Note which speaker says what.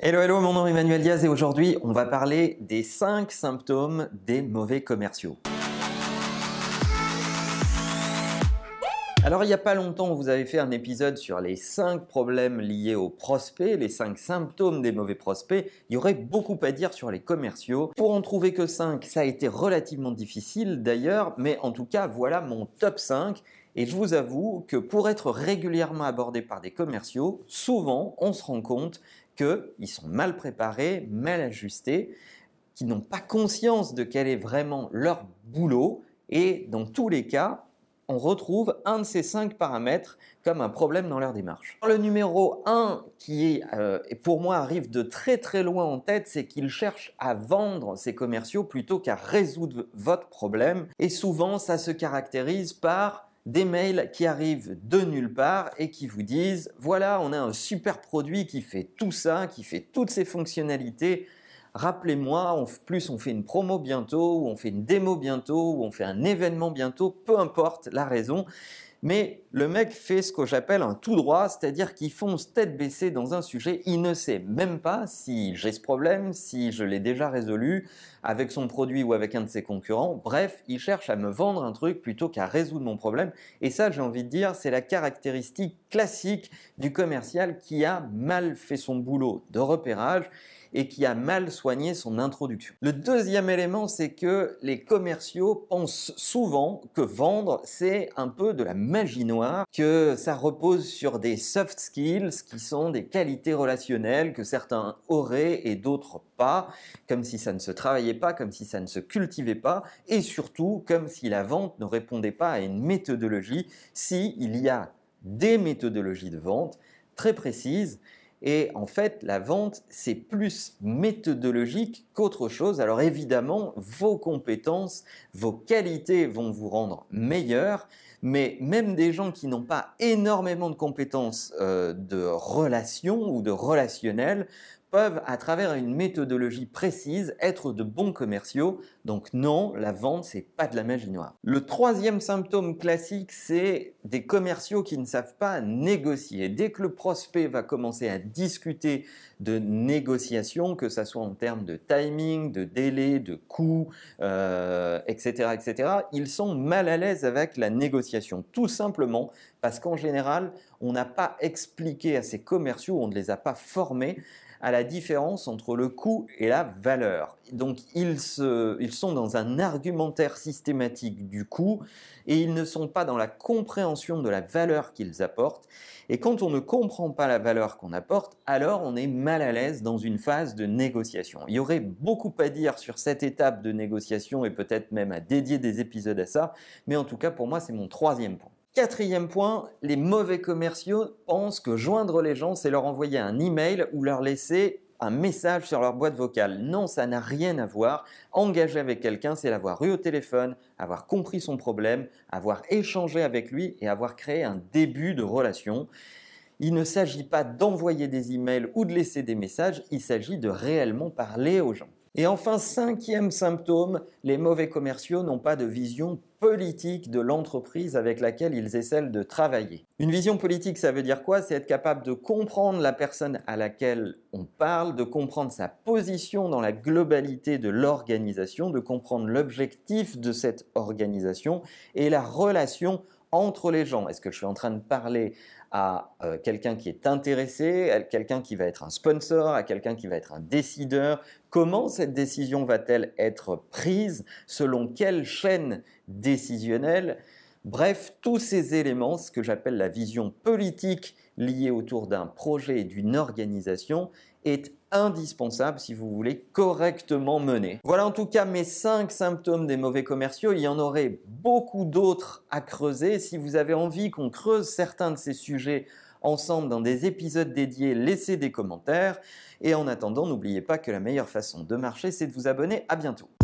Speaker 1: Hello, hello, mon nom est Emmanuel Diaz et aujourd'hui, on va parler des 5 symptômes des mauvais commerciaux. Alors, il n'y a pas longtemps, vous avez fait un épisode sur les 5 problèmes liés aux prospects, les 5 symptômes des mauvais prospects. Il y aurait beaucoup à dire sur les commerciaux. Pour en trouver que 5, ça a été relativement difficile d'ailleurs, mais en tout cas, voilà mon top 5. Et je vous avoue que pour être régulièrement abordé par des commerciaux, souvent, on se rend compte qu'ils sont mal préparés, mal ajustés, qu'ils n'ont pas conscience de quel est vraiment leur boulot. Et dans tous les cas, on retrouve un de ces 5 paramètres comme un problème dans leur démarche. Le numéro 1 qui pour moi arrive de très très loin en tête, c'est qu'ils cherchent à vendre ces commerciaux plutôt qu'à résoudre votre problème. Et souvent, ça se caractérise par des mails qui arrivent de nulle part et qui vous disent « Voilà, on a un super produit qui fait tout ça, qui fait toutes ces fonctionnalités. Rappelez-moi, on fait une promo bientôt, ou on fait une démo bientôt, ou on fait un événement bientôt, peu importe la raison. » Mais le mec fait ce que j'appelle un tout droit, c'est-à-dire qu'il fonce tête baissée dans un sujet. Il ne sait même pas si j'ai ce problème, si je l'ai déjà résolu avec son produit ou avec un de ses concurrents. Bref, il cherche à me vendre un truc plutôt qu'à résoudre mon problème. Et ça, j'ai envie de dire, c'est la caractéristique classique du commercial qui a mal fait son boulot de repérage et qui a mal soigné son introduction. Le deuxième élément, c'est que les commerciaux pensent souvent que vendre, c'est un peu de la magie noire, que ça repose sur des soft skills qui sont des qualités relationnelles que certains auraient et d'autres pas, comme si ça ne se travaillait pas, comme si ça ne se cultivait pas, et surtout comme si la vente ne répondait pas à une méthodologie, si il y a des méthodologies de vente très précises. Et en fait, la vente, c'est plus méthodologique qu'autre chose. Alors évidemment, vos compétences, vos qualités vont vous rendre meilleur, mais même des gens qui n'ont pas énormément de compétences de relation ou de relationnel peuvent, à travers une méthodologie précise, être de bons commerciaux. Donc non, la vente, c'est pas de la magie noire. Le troisième symptôme classique, c'est des commerciaux qui ne savent pas négocier. Dès que le prospect va commencer à discuter de négociation, que ça soit en termes de timing, de délai, de coût, etc., etc., ils sont mal à l'aise avec la négociation. Tout simplement parce qu'en général, on n'a pas expliqué à ces commerciaux, on ne les a pas formés à la différence entre le coût et la valeur. Donc ils sont dans un argumentaire systématique du coût et ils ne sont pas dans la compréhension de la valeur qu'ils apportent. Et quand on ne comprend pas la valeur qu'on apporte, alors on est mal à l'aise dans une phase de négociation. Il y aurait beaucoup à dire sur cette étape de négociation et peut-être même à dédier des épisodes à ça, mais en tout cas pour moi c'est mon troisième point. Quatrième point, les mauvais commerciaux pensent que joindre les gens, c'est leur envoyer un email ou leur laisser un message sur leur boîte vocale. Non, ça n'a rien à voir. Engager avec quelqu'un, c'est l'avoir eu au téléphone, avoir compris son problème, avoir échangé avec lui et avoir créé un début de relation. Il ne s'agit pas d'envoyer des emails ou de laisser des messages, il s'agit de réellement parler aux gens. Et enfin, cinquième symptôme, les mauvais commerciaux n'ont pas de vision politique de l'entreprise avec laquelle ils essaient de travailler. Une vision politique, ça veut dire quoi? C'est être capable de comprendre la personne à laquelle on parle, de comprendre sa position dans la globalité de l'organisation, de comprendre l'objectif de cette organisation et la relation entre les gens. Est-ce que je suis en train de parler à quelqu'un qui est intéressé, à quelqu'un qui va être un sponsor, à quelqu'un qui va être un décideur? Comment cette décision va-t-elle être prise? Selon quelle chaîne décisionnelle? Bref, tous ces éléments, ce que j'appelle la vision politique liée autour d'un projet et d'une organisation, est indispensable si vous voulez correctement mener. Voilà en tout cas mes 5 symptômes des mauvais commerciaux. Il y en aurait beaucoup d'autres à creuser. Si vous avez envie qu'on creuse certains de ces sujets ensemble dans des épisodes dédiés, laissez des commentaires. Et en attendant, n'oubliez pas que la meilleure façon de marcher, c'est de vous abonner. À bientôt.